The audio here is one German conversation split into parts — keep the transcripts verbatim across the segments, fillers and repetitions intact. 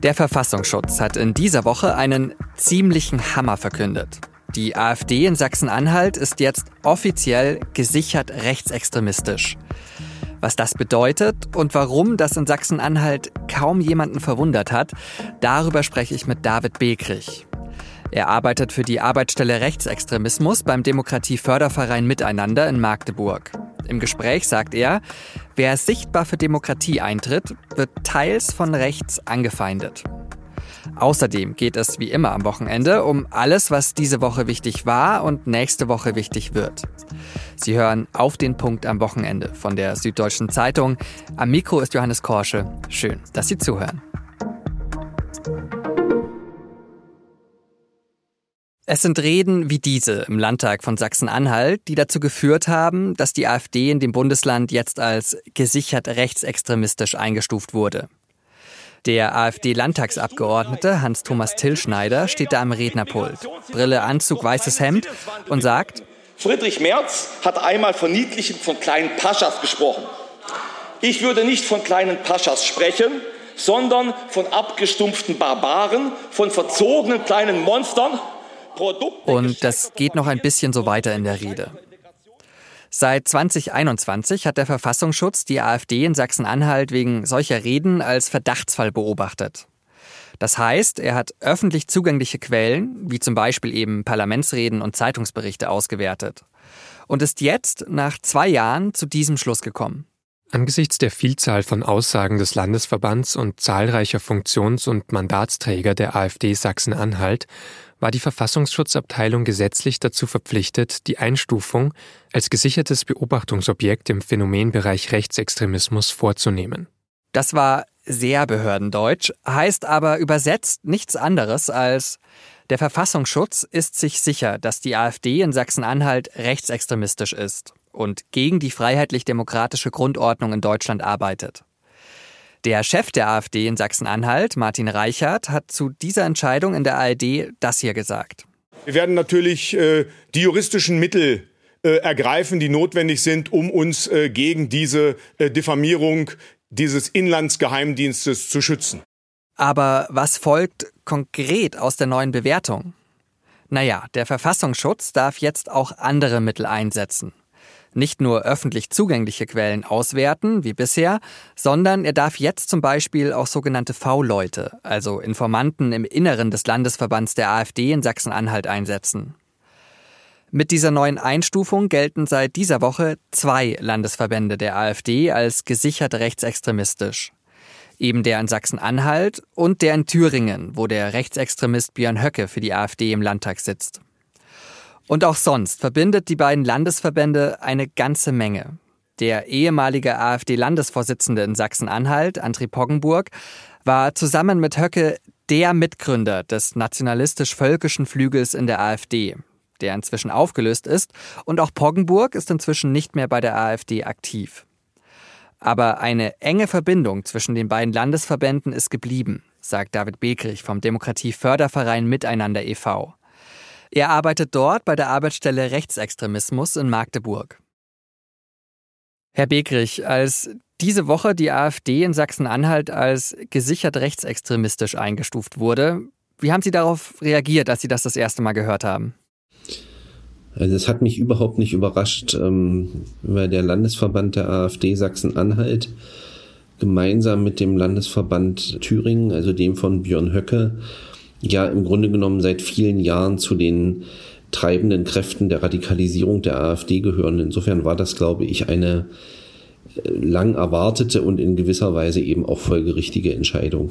Der Verfassungsschutz hat in dieser Woche einen ziemlichen Hammer verkündet. Die AfD in Sachsen-Anhalt ist jetzt offiziell gesichert rechtsextremistisch. Was das bedeutet und warum das in Sachsen-Anhalt kaum jemanden verwundert hat, darüber spreche ich mit David Bekrich. Er arbeitet für die Arbeitsstelle Rechtsextremismus beim Demokratieförderverein Miteinander in Magdeburg. Im Gespräch sagt er, wer sichtbar für Demokratie eintritt, wird teils von rechts angefeindet. Außerdem geht es wie immer am Wochenende um alles, was diese Woche wichtig war und nächste Woche wichtig wird. Sie hören Auf den Punkt am Wochenende von der Süddeutschen Zeitung. Am Mikro ist Johannes Korsche. Schön, dass Sie zuhören. Es sind Reden wie diese im Landtag von Sachsen-Anhalt, die dazu geführt haben, dass die AfD in dem Bundesland jetzt als gesichert rechtsextremistisch eingestuft wurde. Der AfD-Landtagsabgeordnete Hans-Thomas Tillschneider steht da am Rednerpult. Brille, Anzug, weißes Hemd und sagt: Friedrich Merz hat einmal verniedlichend von kleinen Paschas gesprochen. Ich würde nicht von kleinen Paschas sprechen, sondern von abgestumpften Barbaren, von verzogenen kleinen Monstern. Und das geht noch ein bisschen so weiter in der Rede. Seit zwanzig einundzwanzig hat der Verfassungsschutz die AfD in Sachsen-Anhalt wegen solcher Reden als Verdachtsfall beobachtet. Das heißt, er hat öffentlich zugängliche Quellen, wie zum Beispiel eben Parlamentsreden und Zeitungsberichte, ausgewertet. Und ist jetzt nach zwei Jahren zu diesem Schluss gekommen. Angesichts der Vielzahl von Aussagen des Landesverbands und zahlreicher Funktions- und Mandatsträger der AfD Sachsen-Anhalt war die Verfassungsschutzabteilung gesetzlich dazu verpflichtet, die Einstufung als gesichertes Beobachtungsobjekt im Phänomenbereich Rechtsextremismus vorzunehmen. Das war sehr behördendeutsch, heißt aber übersetzt nichts anderes als: Der Verfassungsschutz ist sich sicher, dass die AfD in Sachsen-Anhalt rechtsextremistisch ist und gegen die freiheitlich-demokratische Grundordnung in Deutschland arbeitet. Der Chef der AfD in Sachsen-Anhalt, Martin Reichert, hat zu dieser Entscheidung in der A R D das hier gesagt. Wir werden natürlich äh, die juristischen Mittel äh, ergreifen, die notwendig sind, um uns äh, gegen diese äh, Diffamierung dieses Inlandsgeheimdienstes zu schützen. Aber was folgt konkret aus der neuen Bewertung? Naja, der Verfassungsschutz darf jetzt auch andere Mittel einsetzen. Nicht nur öffentlich zugängliche Quellen auswerten, wie bisher, sondern er darf jetzt zum Beispiel auch sogenannte V-Leute, also Informanten im Inneren des Landesverbands der AfD in Sachsen-Anhalt, einsetzen. Mit dieser neuen Einstufung gelten seit dieser Woche zwei Landesverbände der AfD als gesichert rechtsextremistisch. Eben der in Sachsen-Anhalt und der in Thüringen, wo der Rechtsextremist Björn Höcke für die AfD im Landtag sitzt. Und auch sonst verbindet die beiden Landesverbände eine ganze Menge. Der ehemalige AfD-Landesvorsitzende in Sachsen-Anhalt, André Poggenburg, war zusammen mit Höcke der Mitgründer des nationalistisch-völkischen Flügels in der AfD, der inzwischen aufgelöst ist. Und auch Poggenburg ist inzwischen nicht mehr bei der AfD aktiv. Aber eine enge Verbindung zwischen den beiden Landesverbänden ist geblieben, sagt David Bekrich vom Demokratieförderverein Miteinander e V Er arbeitet dort bei der Arbeitsstelle Rechtsextremismus in Magdeburg. Herr Bekrich, als diese Woche die AfD in Sachsen-Anhalt als gesichert rechtsextremistisch eingestuft wurde, wie haben Sie darauf reagiert, als Sie das das erste Mal gehört haben? Also es hat mich überhaupt nicht überrascht, weil der Landesverband der AfD Sachsen-Anhalt gemeinsam mit dem Landesverband Thüringen, also dem von Björn Höcke, ja im Grunde genommen seit vielen Jahren zu den treibenden Kräften der Radikalisierung der AfD gehören. Insofern war das, glaube ich, eine lang erwartete und in gewisser Weise eben auch folgerichtige Entscheidung.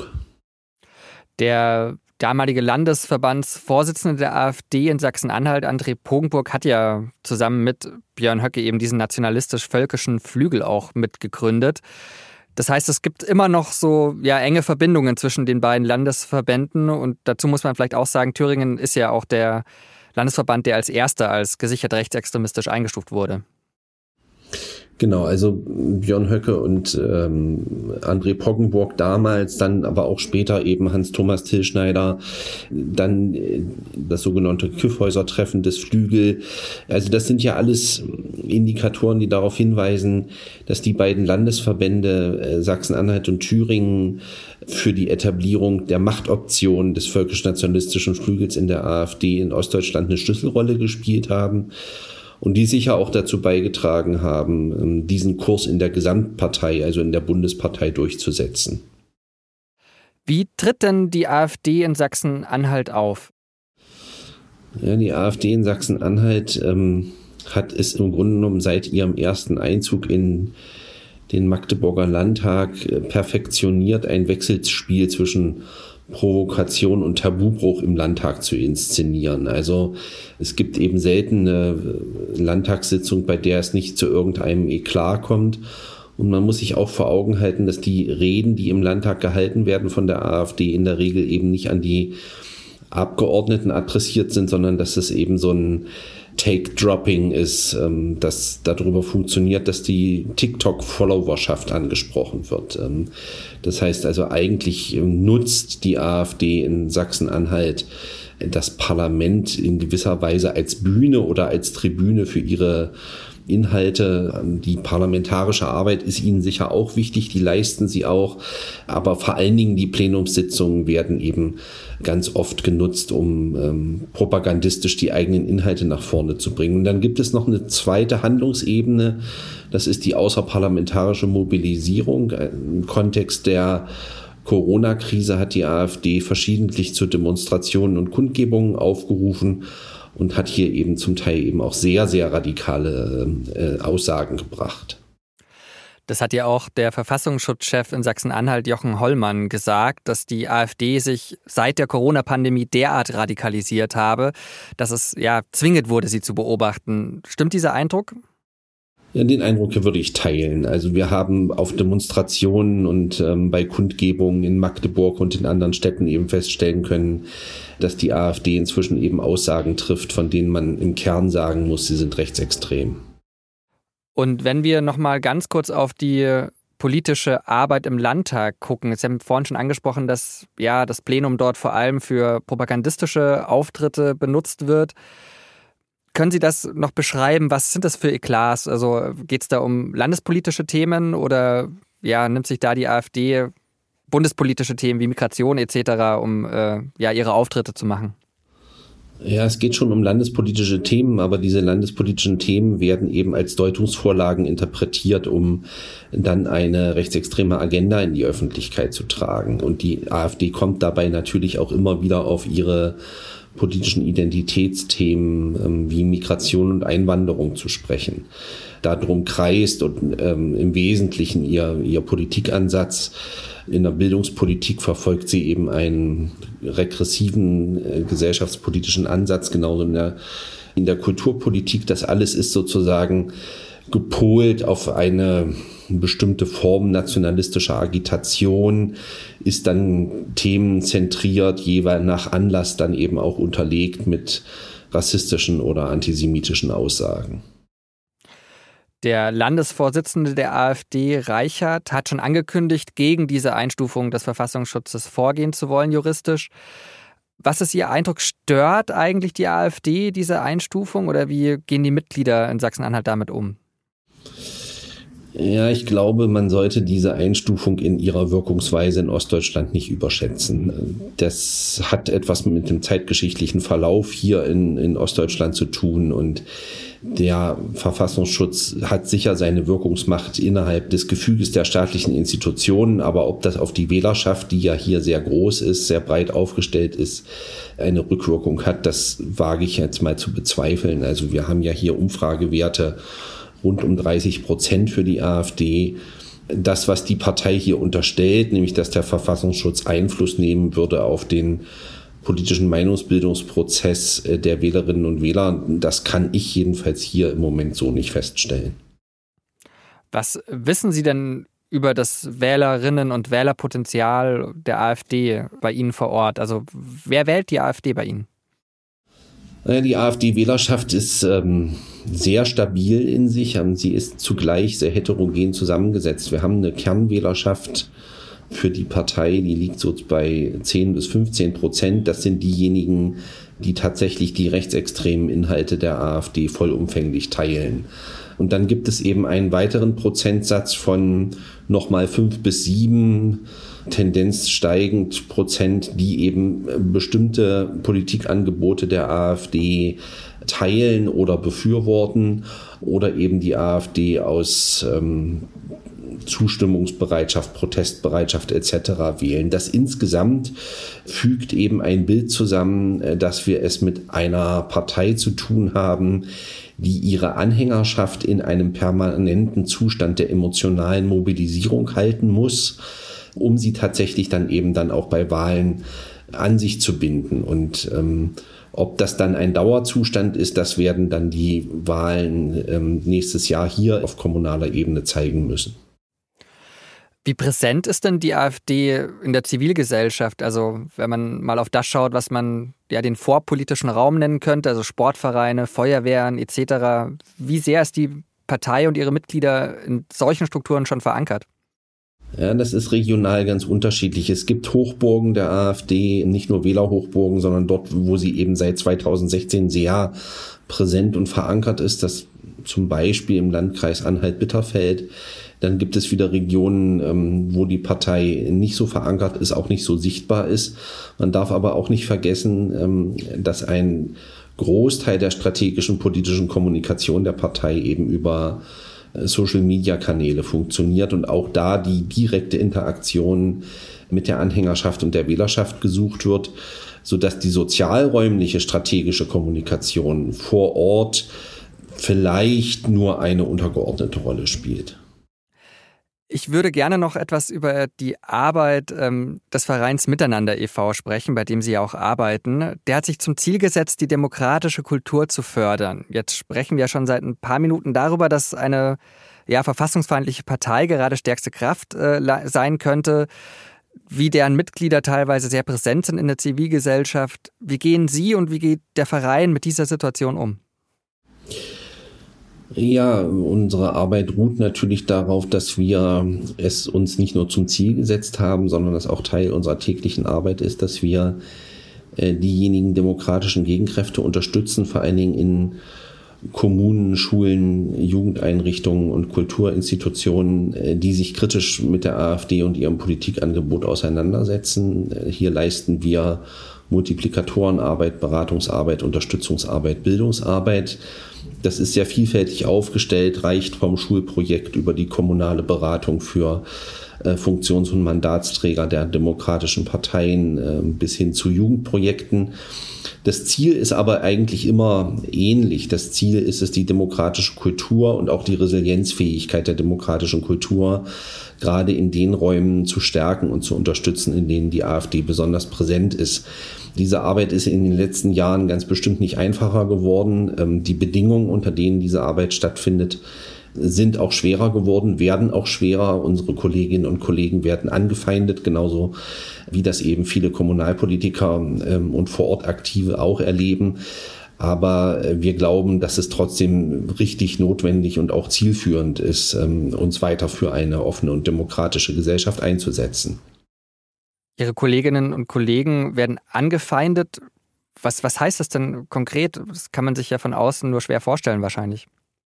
Der damalige Landesverbandsvorsitzende der AfD in Sachsen-Anhalt, André Poggenburg, hat ja zusammen mit Björn Höcke eben diesen nationalistisch-völkischen Flügel auch mitgegründet. Das heißt, es gibt immer noch so ja, enge Verbindungen zwischen den beiden Landesverbänden. Und dazu muss man vielleicht auch sagen, Thüringen ist ja auch der Landesverband, der als erster als gesichert rechtsextremistisch eingestuft wurde. Genau, also Björn Höcke und ähm, André Poggenburg damals, dann aber auch später eben Hans-Thomas Tillschneider, dann äh, das sogenannte Kyffhäuser-Treffen des Flügel. Also das sind ja alles Indikatoren, die darauf hinweisen, dass die beiden Landesverbände äh, Sachsen-Anhalt und Thüringen für die Etablierung der Machtoption des völkisch-nationalistischen Flügels in der AfD in Ostdeutschland eine Schlüsselrolle gespielt haben. Und die sicher auch dazu beigetragen haben, diesen Kurs in der Gesamtpartei, also in der Bundespartei, durchzusetzen. Wie tritt denn die AfD in Sachsen-Anhalt auf? Ja, die AfD in Sachsen-Anhalt ähm, hat es im Grunde genommen seit ihrem ersten Einzug in den Magdeburger Landtag äh, perfektioniert, ein Wechselspiel zwischen Provokation und Tabubruch im Landtag zu inszenieren. Also es gibt eben selten eine Landtagssitzung, bei der es nicht zu irgendeinem Eklat kommt. Und man muss sich auch vor Augen halten, dass die Reden, die im Landtag gehalten werden von der AfD, in der Regel eben nicht an die Abgeordneten adressiert sind, sondern dass es eben so ein Take-Dropping ist, das darüber funktioniert, dass die TikTok-Followerschaft angesprochen wird. Das heißt also, eigentlich nutzt die AfD in Sachsen-Anhalt das Parlament in gewisser Weise als Bühne oder als Tribüne für ihre Inhalte. Die parlamentarische Arbeit ist ihnen sicher auch wichtig, die leisten sie auch, aber vor allen Dingen die Plenumssitzungen werden eben ganz oft genutzt, um ähm, propagandistisch die eigenen Inhalte nach vorne zu bringen. Und dann gibt es noch eine zweite Handlungsebene, das ist die außerparlamentarische Mobilisierung. Im Kontext der Corona-Krise hat die AfD verschiedentlich zu Demonstrationen und Kundgebungen aufgerufen und hat hier eben zum Teil eben auch sehr, sehr radikale äh, Aussagen gebracht. Das hat ja auch der Verfassungsschutzchef in Sachsen-Anhalt, Jochen Hollmann, gesagt, dass die AfD sich seit der Corona-Pandemie derart radikalisiert habe, dass es ja zwingend wurde, sie zu beobachten. Stimmt dieser Eindruck? Ja, den Eindruck würde ich teilen. Also wir haben auf Demonstrationen und ähm, bei Kundgebungen in Magdeburg und in anderen Städten eben feststellen können, dass die AfD inzwischen eben Aussagen trifft, von denen man im Kern sagen muss, sie sind rechtsextrem. Und wenn wir noch mal ganz kurz auf die politische Arbeit im Landtag gucken, Sie haben vorhin schon angesprochen, dass ja das Plenum dort vor allem für propagandistische Auftritte benutzt wird. Können Sie das noch beschreiben? Was sind das für Eklats? Also geht es da um landespolitische Themen oder ja, nimmt sich da die AfD bundespolitische Themen wie Migration et cetera, um äh, ja, ihre Auftritte zu machen? Ja, es geht schon um landespolitische Themen, aber diese landespolitischen Themen werden eben als Deutungsvorlagen interpretiert, um dann eine rechtsextreme Agenda in die Öffentlichkeit zu tragen. Und die AfD kommt dabei natürlich auch immer wieder auf ihre politischen Identitätsthemen ähm, wie Migration und Einwanderung zu sprechen. Darum kreist und ähm, im Wesentlichen ihr, ihr Politikansatz. In der Bildungspolitik verfolgt sie eben einen regressiven äh, gesellschaftspolitischen Ansatz, genauso in der, in der Kulturpolitik. Das alles ist sozusagen gepolt auf eine bestimmte Form nationalistischer Agitation, ist dann themenzentriert, jeweils nach Anlass dann eben auch unterlegt mit rassistischen oder antisemitischen Aussagen. Der Landesvorsitzende der AfD, Reichert, hat schon angekündigt, gegen diese Einstufung des Verfassungsschutzes vorgehen zu wollen, juristisch. Was ist Ihr Eindruck? Stört eigentlich die AfD diese Einstufung oder wie gehen die Mitglieder in Sachsen-Anhalt damit um? Ja, ich glaube, man sollte diese Einstufung in ihrer Wirkungsweise in Ostdeutschland nicht überschätzen. Das hat etwas mit dem zeitgeschichtlichen Verlauf hier in, in Ostdeutschland zu tun und der Verfassungsschutz hat sicher seine Wirkungsmacht innerhalb des Gefüges der staatlichen Institutionen, aber ob das auf die Wählerschaft, die ja hier sehr groß ist, sehr breit aufgestellt ist, eine Rückwirkung hat, das wage ich jetzt mal zu bezweifeln. Also wir haben ja hier Umfragewerte rund um dreißig Prozent für die AfD. Das, was die Partei hier unterstellt, nämlich dass der Verfassungsschutz Einfluss nehmen würde auf den politischen Meinungsbildungsprozess der Wählerinnen und Wähler, das kann ich jedenfalls hier im Moment so nicht feststellen. Was wissen Sie denn über das Wählerinnen- und Wählerpotenzial der AfD bei Ihnen vor Ort? Also wer wählt die AfD bei Ihnen? Die AfD-Wählerschaft ist ähm, sehr stabil in sich. Sie ist zugleich sehr heterogen zusammengesetzt. Wir haben eine Kernwählerschaft für die Partei, die liegt so bei zehn bis fünfzehn Prozent. Das sind diejenigen, die tatsächlich die rechtsextremen Inhalte der AfD vollumfänglich teilen. Und dann gibt es eben einen weiteren Prozentsatz von nochmal fünf bis sieben, Tendenz steigend Prozent, die eben bestimmte Politikangebote der AfD teilen oder befürworten oder eben die AfD aus ähm, Zustimmungsbereitschaft, Protestbereitschaft et cetera wählen. Das insgesamt fügt eben ein Bild zusammen, dass wir es mit einer Partei zu tun haben, die ihre Anhängerschaft in einem permanenten Zustand der emotionalen Mobilisierung halten muss, um sie tatsächlich dann eben dann auch bei Wahlen an sich zu binden. Und ähm, ob das dann ein Dauerzustand ist, das werden dann die Wahlen ähm, nächstes Jahr hier auf kommunaler Ebene zeigen müssen. Wie präsent ist denn die AfD in der Zivilgesellschaft? Also wenn man mal auf das schaut, was man ja den vorpolitischen Raum nennen könnte, also Sportvereine, Feuerwehren et cetera. Wie sehr ist die Partei und ihre Mitglieder in solchen Strukturen schon verankert? Ja, das ist regional ganz unterschiedlich. Es gibt Hochburgen der AfD, nicht nur Wählerhochburgen, sondern dort, wo sie eben seit zweitausendsechzehn sehr präsent und verankert ist. Das zum Beispiel im Landkreis Anhalt-Bitterfeld. Dann gibt es wieder Regionen, wo die Partei nicht so verankert ist, auch nicht so sichtbar ist. Man darf aber auch nicht vergessen, dass ein Großteil der strategischen politischen Kommunikation der Partei eben über Social-Media-Kanäle funktioniert und auch da die direkte Interaktion mit der Anhängerschaft und der Wählerschaft gesucht wird, sodass die sozialräumliche strategische Kommunikation vor Ort vielleicht nur eine untergeordnete Rolle spielt. Ich würde gerne noch etwas über die Arbeit ähm, des Vereins Miteinander e V sprechen, bei dem Sie ja auch arbeiten. Der hat sich zum Ziel gesetzt, die demokratische Kultur zu fördern. Jetzt sprechen wir schon seit ein paar Minuten darüber, dass eine ja, verfassungsfeindliche Partei gerade stärkste Kraft äh, sein könnte, wie deren Mitglieder teilweise sehr präsent sind in der Zivilgesellschaft. Wie gehen Sie und wie geht der Verein mit dieser Situation um? Ja, unsere Arbeit ruht natürlich darauf, dass wir es uns nicht nur zum Ziel gesetzt haben, sondern dass auch Teil unserer täglichen Arbeit ist, dass wir äh, diejenigen demokratischen Gegenkräfte unterstützen, vor allen Dingen in Kommunen, Schulen, Jugendeinrichtungen und Kulturinstitutionen, äh, die sich kritisch mit der AfD und ihrem Politikangebot auseinandersetzen. Äh, hier leisten wir Multiplikatorenarbeit, Beratungsarbeit, Unterstützungsarbeit, Bildungsarbeit. Das ist sehr vielfältig aufgestellt, reicht vom Schulprojekt über die kommunale Beratung für äh, Funktions- und Mandatsträger der demokratischen Parteien äh, bis hin zu Jugendprojekten. Das Ziel ist aber eigentlich immer ähnlich. Das Ziel ist es, die demokratische Kultur und auch die Resilienzfähigkeit der demokratischen Kultur gerade in den Räumen zu stärken und zu unterstützen, in denen die AfD besonders präsent ist. Diese Arbeit ist in den letzten Jahren ganz bestimmt nicht einfacher geworden. Die Bedingungen, unter denen diese Arbeit stattfindet, sind auch schwerer geworden, werden auch schwerer. Unsere Kolleginnen und Kollegen werden angefeindet, genauso wie das eben viele Kommunalpolitiker und vor Ort Aktive auch erleben. Aber wir glauben, dass es trotzdem richtig notwendig und auch zielführend ist, uns weiter für eine offene und demokratische Gesellschaft einzusetzen. Ihre Kolleginnen und Kollegen werden angefeindet. Was, was heißt das denn konkret? Das kann man sich ja von außen nur schwer vorstellen wahrscheinlich.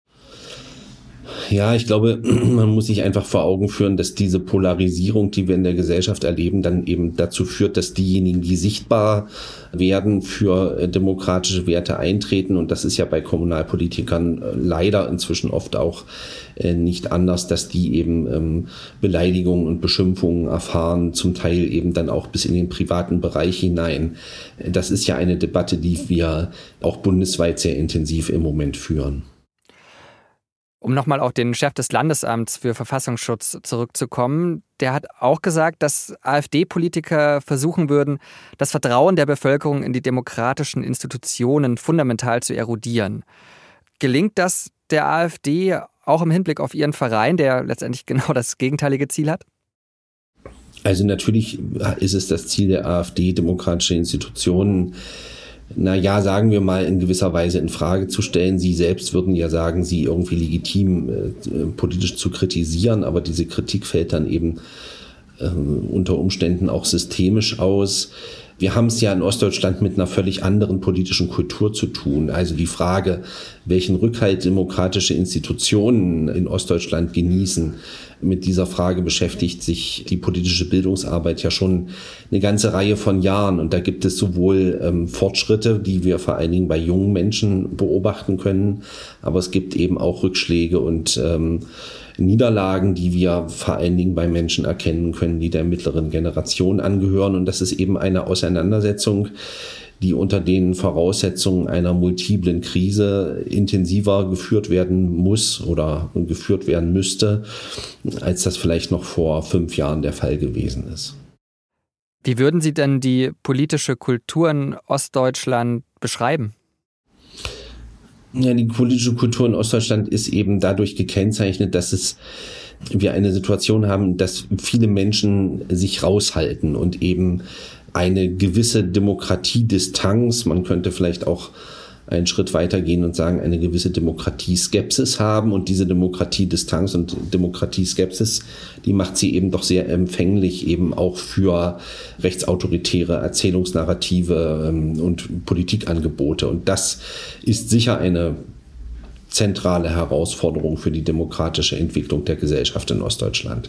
Ja, ich glaube, man muss sich einfach vor Augen führen, dass diese Polarisierung, die wir in der Gesellschaft erleben, dann eben dazu führt, dass diejenigen, die sichtbar werden, für demokratische Werte eintreten. Und das ist ja bei Kommunalpolitikern leider inzwischen oft auch nicht anders, dass die eben Beleidigungen und Beschimpfungen erfahren, zum Teil eben dann auch bis in den privaten Bereich hinein. Das ist ja eine Debatte, die wir auch bundesweit sehr intensiv im Moment führen. Um nochmal auf den Chef des Landesamts für Verfassungsschutz zurückzukommen, der hat auch gesagt, dass AfD-Politiker versuchen würden, das Vertrauen der Bevölkerung in die demokratischen Institutionen fundamental zu erodieren. Gelingt das der AfD auch im Hinblick auf ihren Verein, der letztendlich genau das gegenteilige Ziel hat? Also natürlich ist es das Ziel der AfD, demokratische Institutionen na ja, sagen wir mal, in gewisser Weise in Frage zu stellen. Sie selbst würden ja sagen, sie irgendwie legitim äh, politisch zu kritisieren, aber diese Kritik fällt dann eben äh, unter Umständen auch systemisch aus. Wir haben es ja in Ostdeutschland mit einer völlig anderen politischen Kultur zu tun. Also die Frage, welchen Rückhalt demokratische Institutionen in Ostdeutschland genießen, mit dieser Frage beschäftigt sich die politische Bildungsarbeit ja schon eine ganze Reihe von Jahren. Und da gibt es sowohl ähm, Fortschritte, die wir vor allen Dingen bei jungen Menschen beobachten können, aber es gibt eben auch Rückschläge und ähm, Niederlagen, die wir vor allen Dingen bei Menschen erkennen können, die der mittleren Generation angehören. Und das ist eben eine Auseinandersetzung, die unter den Voraussetzungen einer multiplen Krise intensiver geführt werden muss oder geführt werden müsste, als das vielleicht noch vor fünf Jahren der Fall gewesen ist. Wie würden Sie denn die politische Kultur in Ostdeutschland beschreiben? Ja, die politische Kultur in Ostdeutschland ist eben dadurch gekennzeichnet, dass es wir eine Situation haben, dass viele Menschen sich raushalten und eben eine gewisse Demokratiedistanz, man könnte vielleicht auch einen Schritt weitergehen und sagen, eine gewisse Demokratieskepsis haben. Und diese Demokratiedistanz und Demokratieskepsis, die macht sie eben doch sehr empfänglich eben auch für rechtsautoritäre Erzählungsnarrative und Politikangebote. Und das ist sicher eine zentrale Herausforderung für die demokratische Entwicklung der Gesellschaft in Ostdeutschland.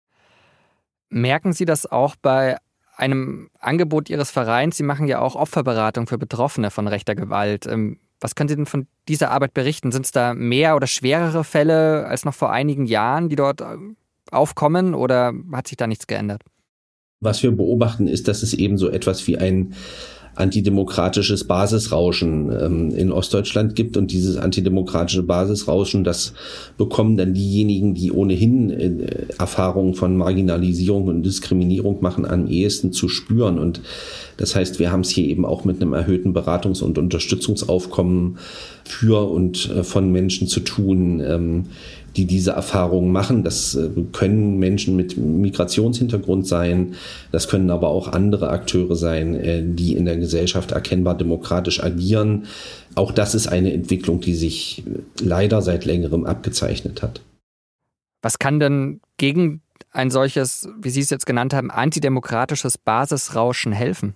Merken Sie das auch bei einem Angebot Ihres Vereins? Sie machen ja auch Opferberatung für Betroffene von rechter Gewalt. Was können Sie denn von dieser Arbeit berichten? Sind es da mehr oder schwerere Fälle als noch vor einigen Jahren, die dort aufkommen, oder hat sich da nichts geändert? Was wir beobachten, ist, dass es eben so etwas wie ein antidemokratisches Basisrauschen ähm, in Ostdeutschland gibt. Und dieses antidemokratische Basisrauschen, das bekommen dann diejenigen, die ohnehin äh, Erfahrungen von Marginalisierung und Diskriminierung machen, am ehesten zu spüren. Und das heißt, wir haben es hier eben auch mit einem erhöhten Beratungs- und Unterstützungsaufkommen für und äh, von Menschen zu tun, ähm, die diese Erfahrungen machen. Das können Menschen mit Migrationshintergrund sein, das können aber auch andere Akteure sein, die in der Gesellschaft erkennbar demokratisch agieren. Auch das ist eine Entwicklung, die sich leider seit längerem abgezeichnet hat. Was kann denn gegen ein solches, wie Sie es jetzt genannt haben, antidemokratisches Basisrauschen helfen?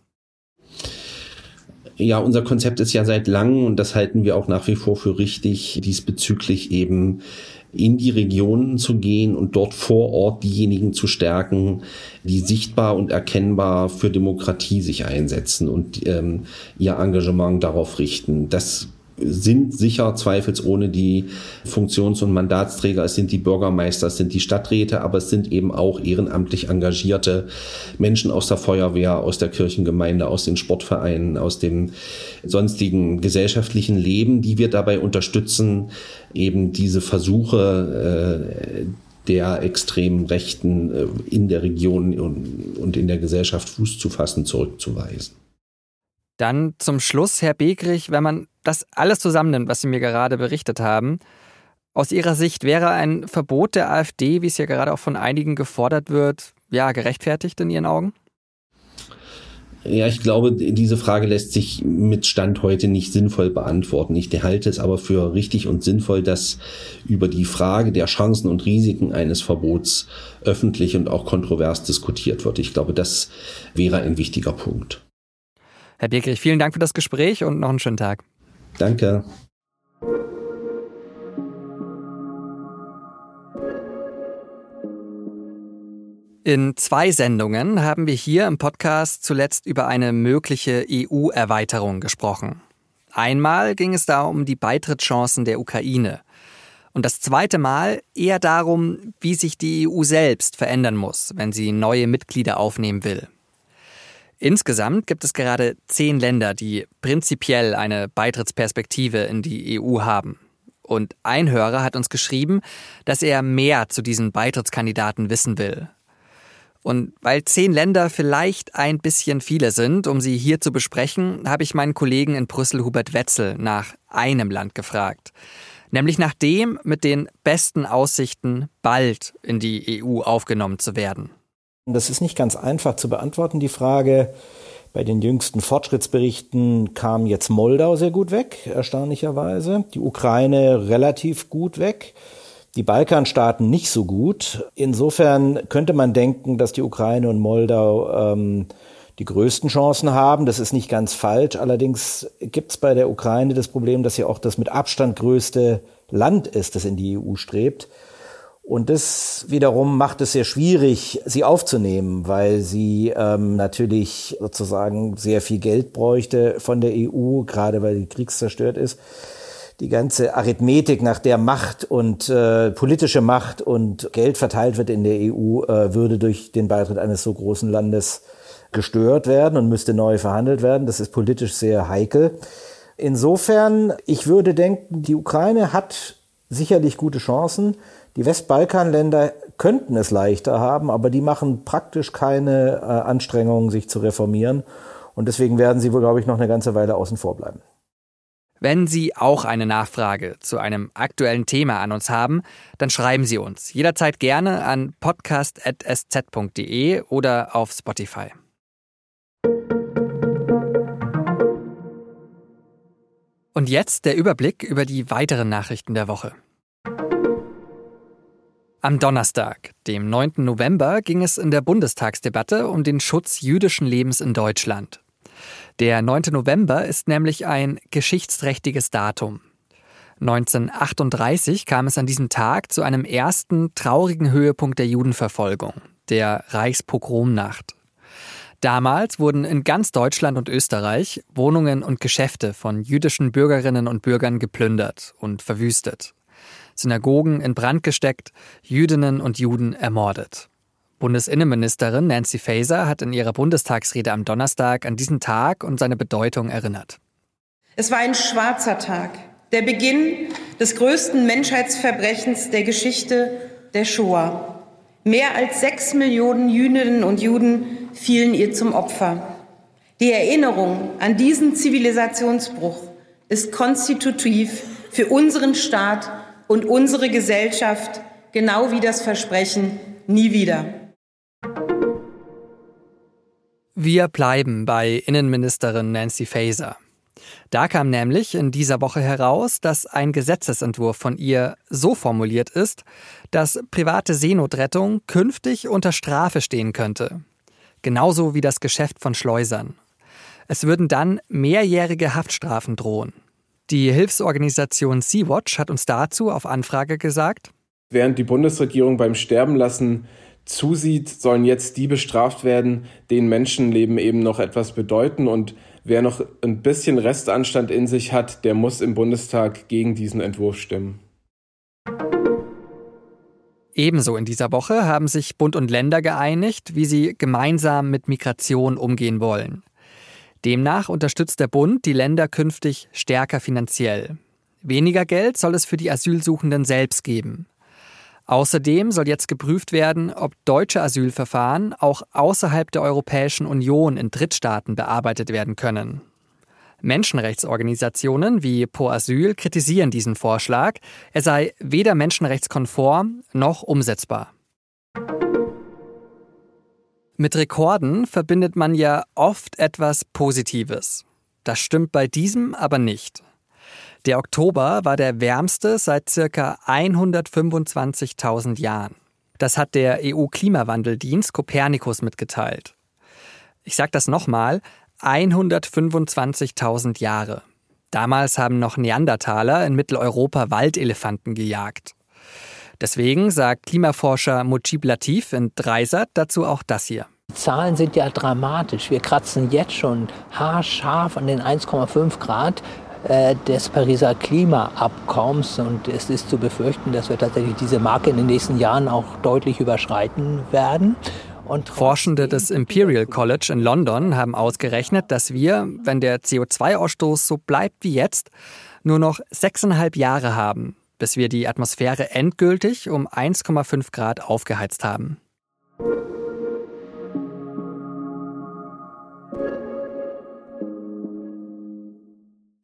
Ja, unser Konzept ist ja seit langem, und das halten wir auch nach wie vor für richtig, diesbezüglich eben in die Regionen zu gehen und dort vor Ort diejenigen zu stärken, die sichtbar und erkennbar für Demokratie sich einsetzen und ähm, ihr Engagement darauf richten. Das sind sicher zweifelsohne die Funktions- und Mandatsträger, es sind die Bürgermeister, es sind die Stadträte, aber es sind eben auch ehrenamtlich engagierte Menschen aus der Feuerwehr, aus der Kirchengemeinde, aus den Sportvereinen, aus dem sonstigen gesellschaftlichen Leben, die wir dabei unterstützen, eben diese Versuche äh, der extremen Rechten äh, in der Region und, und in der Gesellschaft Fuß zu fassen, zurückzuweisen. Dann zum Schluss, Herr Begrich, wenn man das alles zusammennimmt, was Sie mir gerade berichtet haben, aus Ihrer Sicht wäre ein Verbot der AfD, wie es ja gerade auch von einigen gefordert wird, ja, gerechtfertigt in Ihren Augen? Ja, ich glaube, diese Frage lässt sich mit Stand heute nicht sinnvoll beantworten. Ich halte es aber für richtig und sinnvoll, dass über die Frage der Chancen und Risiken eines Verbots öffentlich und auch kontrovers diskutiert wird. Ich glaube, das wäre ein wichtiger Punkt. Herr Begrich, vielen Dank für das Gespräch und noch einen schönen Tag. Danke. In zwei Sendungen haben wir hier im Podcast zuletzt über eine mögliche E U-Erweiterung gesprochen. Einmal ging es da um die Beitrittschancen der Ukraine. Und das zweite Mal eher darum, wie sich die E U selbst verändern muss, wenn sie neue Mitglieder aufnehmen will. Insgesamt gibt es gerade zehn Länder, die prinzipiell eine Beitrittsperspektive in die E U haben. Und ein Hörer hat uns geschrieben, dass er mehr zu diesen Beitrittskandidaten wissen will. Und weil zehn Länder vielleicht ein bisschen viele sind, um sie hier zu besprechen, habe ich meinen Kollegen in Brüssel, Hubert Wetzel, nach einem Land gefragt. Nämlich nach dem mit den besten Aussichten, bald in die E U aufgenommen zu werden. Das ist nicht ganz einfach zu beantworten, die Frage, Bei den jüngsten Fortschrittsberichten kam jetzt Moldau sehr gut weg, erstaunlicherweise. Die Ukraine relativ gut weg. Die Balkanstaaten nicht so gut. Insofern könnte man denken, dass die Ukraine und Moldau ähm, die größten Chancen haben. Das ist nicht ganz falsch. Allerdings gibt es bei der Ukraine das Problem, dass sie auch das mit Abstand größte Land ist, das in die E U strebt. Und das wiederum macht es sehr schwierig, sie aufzunehmen, weil sie ähm, natürlich sozusagen sehr viel Geld bräuchte von der E U, gerade weil die kriegszerstört ist. Die ganze Arithmetik, nach der Macht und äh, politische Macht und Geld verteilt wird in der E U, äh, würde durch den Beitritt eines so großen Landes gestört werden und müsste neu verhandelt werden. Das ist politisch sehr heikel. Insofern, ich würde denken, die Ukraine hat sicherlich gute Chancen. Die Westbalkanländer könnten es leichter haben, aber die machen praktisch keine äh, Anstrengungen, sich zu reformieren. Und deswegen werden sie wohl, glaube ich, noch eine ganze Weile außen vor bleiben. Wenn Sie auch eine Nachfrage zu einem aktuellen Thema an uns haben, dann schreiben Sie uns jederzeit gerne an podcast at s z punkt d e oder auf Spotify. Und jetzt der Überblick über die weiteren Nachrichten der Woche. Am Donnerstag, dem neunten November, ging es in der Bundestagsdebatte um den Schutz jüdischen Lebens in Deutschland. Der neunte November ist nämlich ein geschichtsträchtiges Datum. neunzehnhundertachtunddreißig kam es an diesem Tag zu einem ersten traurigen Höhepunkt der Judenverfolgung, der Reichspogromnacht. Damals wurden in ganz Deutschland und Österreich Wohnungen und Geschäfte von jüdischen Bürgerinnen und Bürgern geplündert und verwüstet. Synagogen in Brand gesteckt, Jüdinnen und Juden ermordet. Bundesinnenministerin Nancy Faeser hat in ihrer Bundestagsrede am Donnerstag an diesen Tag und seine Bedeutung erinnert. Es war ein schwarzer Tag, der Beginn des größten Menschheitsverbrechens der Geschichte, der Shoah. Mehr als sechs Millionen Jüdinnen und Juden fielen ihr zum Opfer. Die Erinnerung an diesen Zivilisationsbruch ist konstitutiv für unseren Staat und unsere Gesellschaft, genau wie das Versprechen nie wieder. Wir bleiben bei Innenministerin Nancy Faeser. Da kam nämlich in dieser Woche heraus, dass ein Gesetzesentwurf von ihr so formuliert ist, dass private Seenotrettung künftig unter Strafe stehen könnte. Genauso wie das Geschäft von Schleusern. Es würden dann mehrjährige Haftstrafen drohen. Die Hilfsorganisation Sea-Watch hat uns dazu auf Anfrage gesagt: Während die Bundesregierung beim Sterbenlassen zusieht, sollen jetzt die bestraft werden, denen Menschenleben eben noch etwas bedeuten. Und wer noch ein bisschen Restanstand in sich hat, der muss im Bundestag gegen diesen Entwurf stimmen. Ebenso in dieser Woche haben sich Bund und Länder geeinigt, wie sie gemeinsam mit Migration umgehen wollen. Demnach unterstützt der Bund die Länder künftig stärker finanziell. Weniger Geld soll es für die Asylsuchenden selbst geben. Außerdem soll jetzt geprüft werden, ob deutsche Asylverfahren auch außerhalb der Europäischen Union in Drittstaaten bearbeitet werden können. Menschenrechtsorganisationen wie Pro Asyl kritisieren diesen Vorschlag. Er sei weder menschenrechtskonform noch umsetzbar. Mit Rekorden verbindet man ja oft etwas Positives. Das stimmt bei diesem aber nicht. Der Oktober war der wärmste seit ca. hundertfünfundzwanzigtausend Jahren. Das hat der E U-Klimawandeldienst Copernicus mitgeteilt. Ich sage das nochmal, hundertfünfundzwanzigtausend Jahre. Damals haben noch Neandertaler in Mitteleuropa Waldelefanten gejagt. Deswegen sagt Klimaforscher Mujib Latif in Dreisat dazu auch das hier. Die Zahlen sind ja dramatisch. Wir kratzen jetzt schon haarscharf an den eins Komma fünf Grad äh, des Pariser Klimaabkommens. Und es ist zu befürchten, dass wir tatsächlich diese Marke in den nächsten Jahren auch deutlich überschreiten werden. Und Forschende des Imperial College in London haben ausgerechnet, dass wir, wenn der C O zwei Ausstoß so bleibt wie jetzt, nur noch sechseinhalb Jahre haben, bis wir die Atmosphäre endgültig um eins Komma fünf Grad aufgeheizt haben.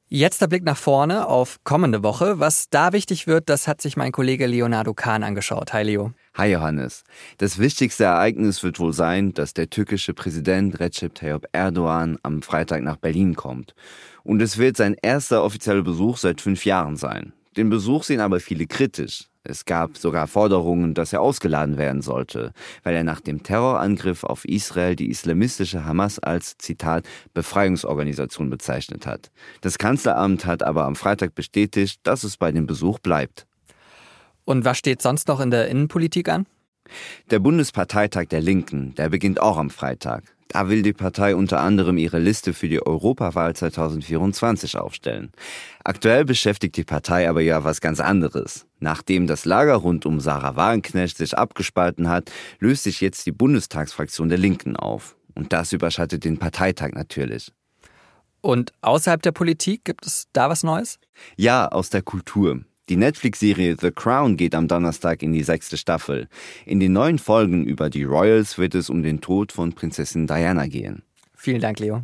Jetzt der Blick nach vorne auf kommende Woche. Was da wichtig wird, das hat sich mein Kollege Leonardo Kahn angeschaut. Hi Leo. Hi Johannes. Das wichtigste Ereignis wird wohl sein, dass der türkische Präsident Recep Tayyip Erdogan am Freitag nach Berlin kommt. Und es wird sein erster offizieller Besuch seit fünf Jahren sein. Den Besuch sehen aber viele kritisch. Es gab sogar Forderungen, dass er ausgeladen werden sollte, weil er nach dem Terrorangriff auf Israel die islamistische Hamas als, Zitat, Befreiungsorganisation bezeichnet hat. Das Kanzleramt hat aber am Freitag bestätigt, dass es bei dem Besuch bleibt. Und was steht sonst noch in der Innenpolitik an? Der Bundesparteitag der Linken, der beginnt auch am Freitag. Da will die Partei unter anderem ihre Liste für die Europawahl zwanzig vierundzwanzig aufstellen. Aktuell beschäftigt die Partei aber ja was ganz anderes. Nachdem das Lager rund um Sarah Wagenknecht sich abgespalten hat, löst sich jetzt die Bundestagsfraktion der Linken auf. Und das überschattet den Parteitag natürlich. Und außerhalb der Politik, gibt es da was Neues? Ja, aus der Kultur. Die Netflix-Serie The Crown geht am Donnerstag in die sechste Staffel. In den neuen Folgen über die Royals wird es um den Tod von Prinzessin Diana gehen. Vielen Dank, Leo.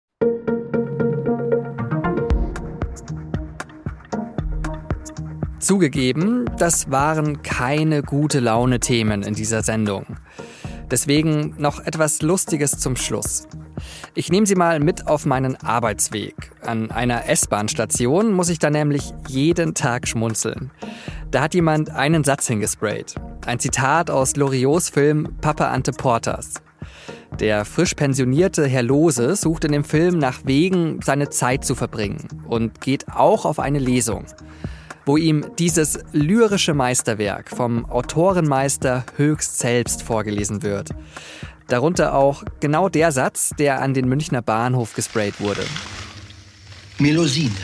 Zugegeben, das waren keine gute Laune-Themen in dieser Sendung. Deswegen noch etwas Lustiges zum Schluss. Ich nehme Sie mal mit auf meinen Arbeitsweg. An einer S-Bahn-Station muss ich da nämlich jeden Tag schmunzeln. Da hat jemand einen Satz hingesprayt. Ein Zitat aus Loriots Film Papa Ante Portas. Der frisch pensionierte Herr Lohse sucht in dem Film nach Wegen, seine Zeit zu verbringen und geht auch auf eine Lesung, wo ihm dieses lyrische Meisterwerk vom Autorenmeister Höchst selbst vorgelesen wird. Darunter auch genau der Satz, der an den Münchner Bahnhof gesprayt wurde. Melusine.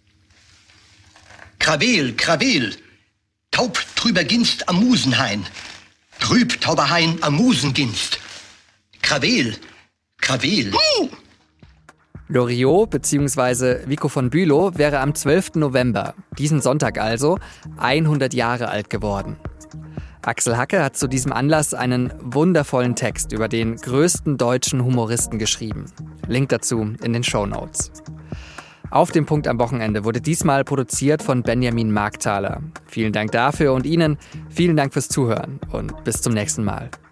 Krawel, Krawel, taub trüber Ginst am Musenhain, trüb tauber Hain am Musenginst. Krawel, Krawel. Uh! Loriot bzw. Vico von Bülow wäre am zwölften November, diesen Sonntag also, hundert Jahre alt geworden. Axel Hacke hat zu diesem Anlass einen wundervollen Text über den größten deutschen Humoristen geschrieben. Link dazu in den Shownotes. Auf dem Punkt am Wochenende wurde diesmal produziert von Benjamin Markthaler. Vielen Dank dafür und Ihnen vielen Dank fürs Zuhören und bis zum nächsten Mal.